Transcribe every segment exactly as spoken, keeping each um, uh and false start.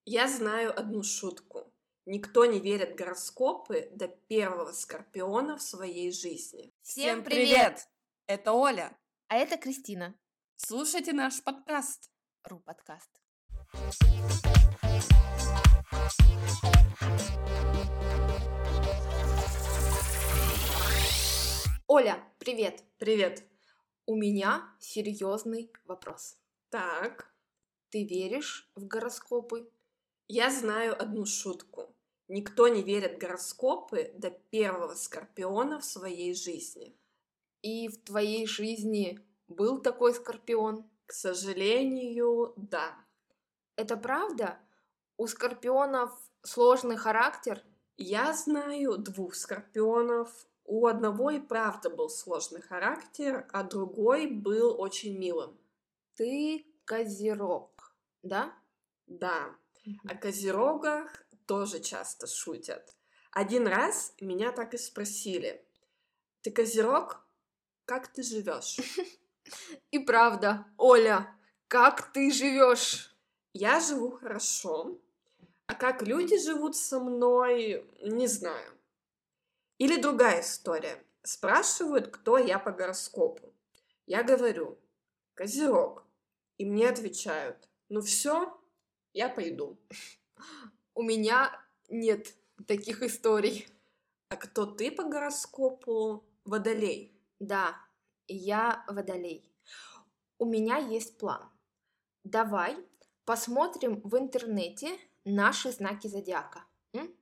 Я знаю одну шутку. Никто не верит в гороскопы до первого скорпиона в своей жизни. Всем привет! Это Оля. А это Кристина. Слушайте наш подкаст. Ру подкаст. Оля, привет. Привет. У меня серьезный вопрос. Так, Ты веришь в гороскопы? я знаю одну шутку. Никто не верит в гороскопы до первого скорпиона в своей жизни. И в твоей жизни был такой скорпион? К сожалению, да. Это правда? У скорпионов сложный характер? Я знаю двух скорпионов. У одного и правда был сложный характер, а другой был очень милым. Ты козерог, да? Да. О козерогах тоже часто шутят. Один раз меня так и спросили: ты козерог? Как ты живешь? И правда, Оля, как ты живешь? Я живу хорошо, а как люди живут со мной, не знаю. Или другая история. Спрашивают, кто я по гороскопу. Я говорю: козерог. И мне отвечают: ну все, я пойду. У меня нет таких историй. А кто ты по гороскопу? Водолей. Да, я водолей. У меня есть план. Давай посмотрим в интернете наши знаки зодиака. М?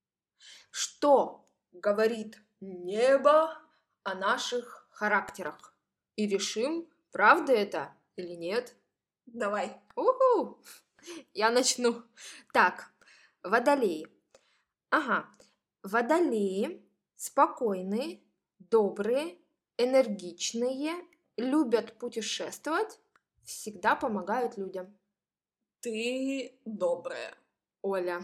Что говорит небо о наших характерах? И решим, правда это или нет. Давай. Уху! Я начну. Так, водолеи. Ага, водолеи спокойные, добрые, энергичные, любят путешествовать, всегда помогают людям. Ты добрая. Оля,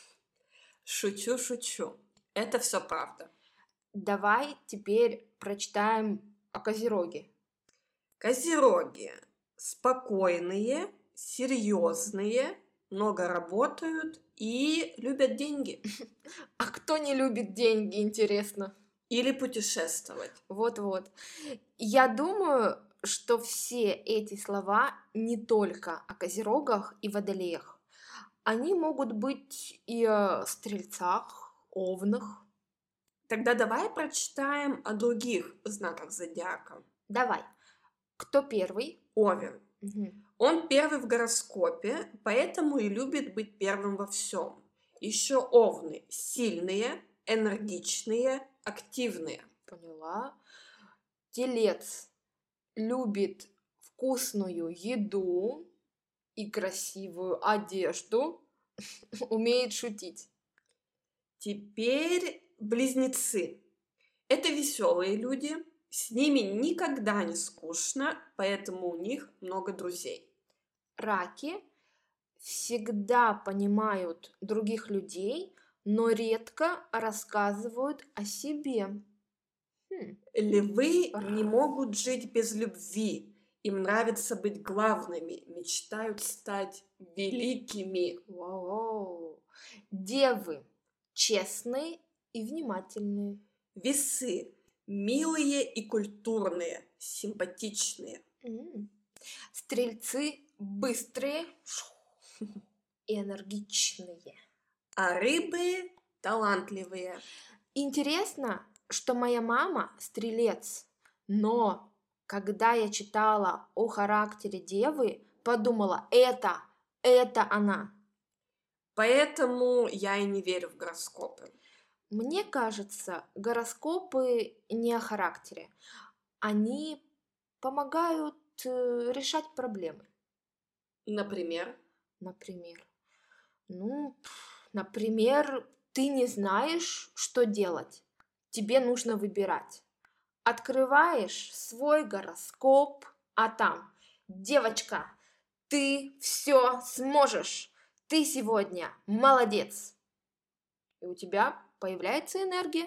Шучу, шучу. Это все правда. давай теперь прочитаем о Козероге. Козероги спокойные, серьезные, много работают и любят деньги. А кто не любит деньги, интересно? Или путешествовать. Вот-вот. Я думаю, что все эти слова не только о Козерогах и Водолеях. Они могут быть и о Стрельцах, Овнах. Тогда давай прочитаем о других знаках зодиака. Давай. Кто первый? Овен. Мгм. Он первый в гороскопе, поэтому и любит быть первым во всем. Еще овны сильные, энергичные, активные. Поняла. Телец любит вкусную еду и красивую одежду, умеет шутить. Теперь близнецы. Это веселые люди, с ними никогда не скучно, поэтому у них много друзей. Раки всегда понимают других людей, но редко рассказывают о себе. Хм. Львы не могут жить без любви. Им нравится быть главными, мечтают стать великими. Вау. Девы честные и внимательные. Весы милые и культурные, симпатичные. М. Стрельцы быстрые и энергичные. А рыбы талантливые. Интересно, что моя мама стрелец, но когда я читала о характере девы, подумала, это, это она. Поэтому я и не верю в гороскопы. Мне кажется, гороскопы не о характере. Они помогают э, решать проблемы. Например, Например, ну, пф, например, ты не знаешь, что делать. Тебе нужно выбирать. Открываешь свой гороскоп, а там: девочка, ты все сможешь. Ты сегодня молодец. И у тебя появляется энергия.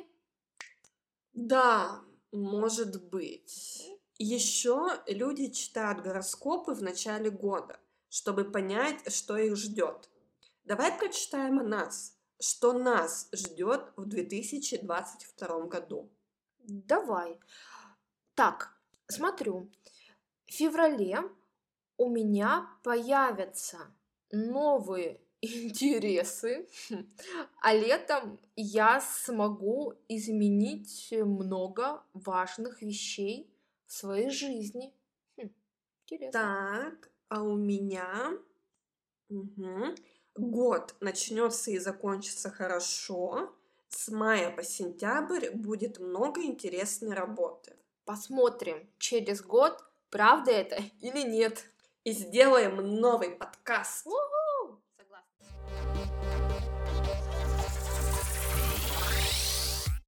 да, может быть. Еще люди читают гороскопы в начале года, чтобы понять, что их ждет. Давай прочитаем о нас, что нас ждет в две тысячи двадцать втором году. Давай. Так, смотрю. В феврале у меня появятся новые интересы, а летом я смогу изменить много важных вещей в своей жизни. Хм, интересно. Так, а у меня Мгм. год начнется и закончится хорошо. С мая по сентябрь будет много интересной работы. Посмотрим через год, правда это или нет. И сделаем новый подкаст. Уху!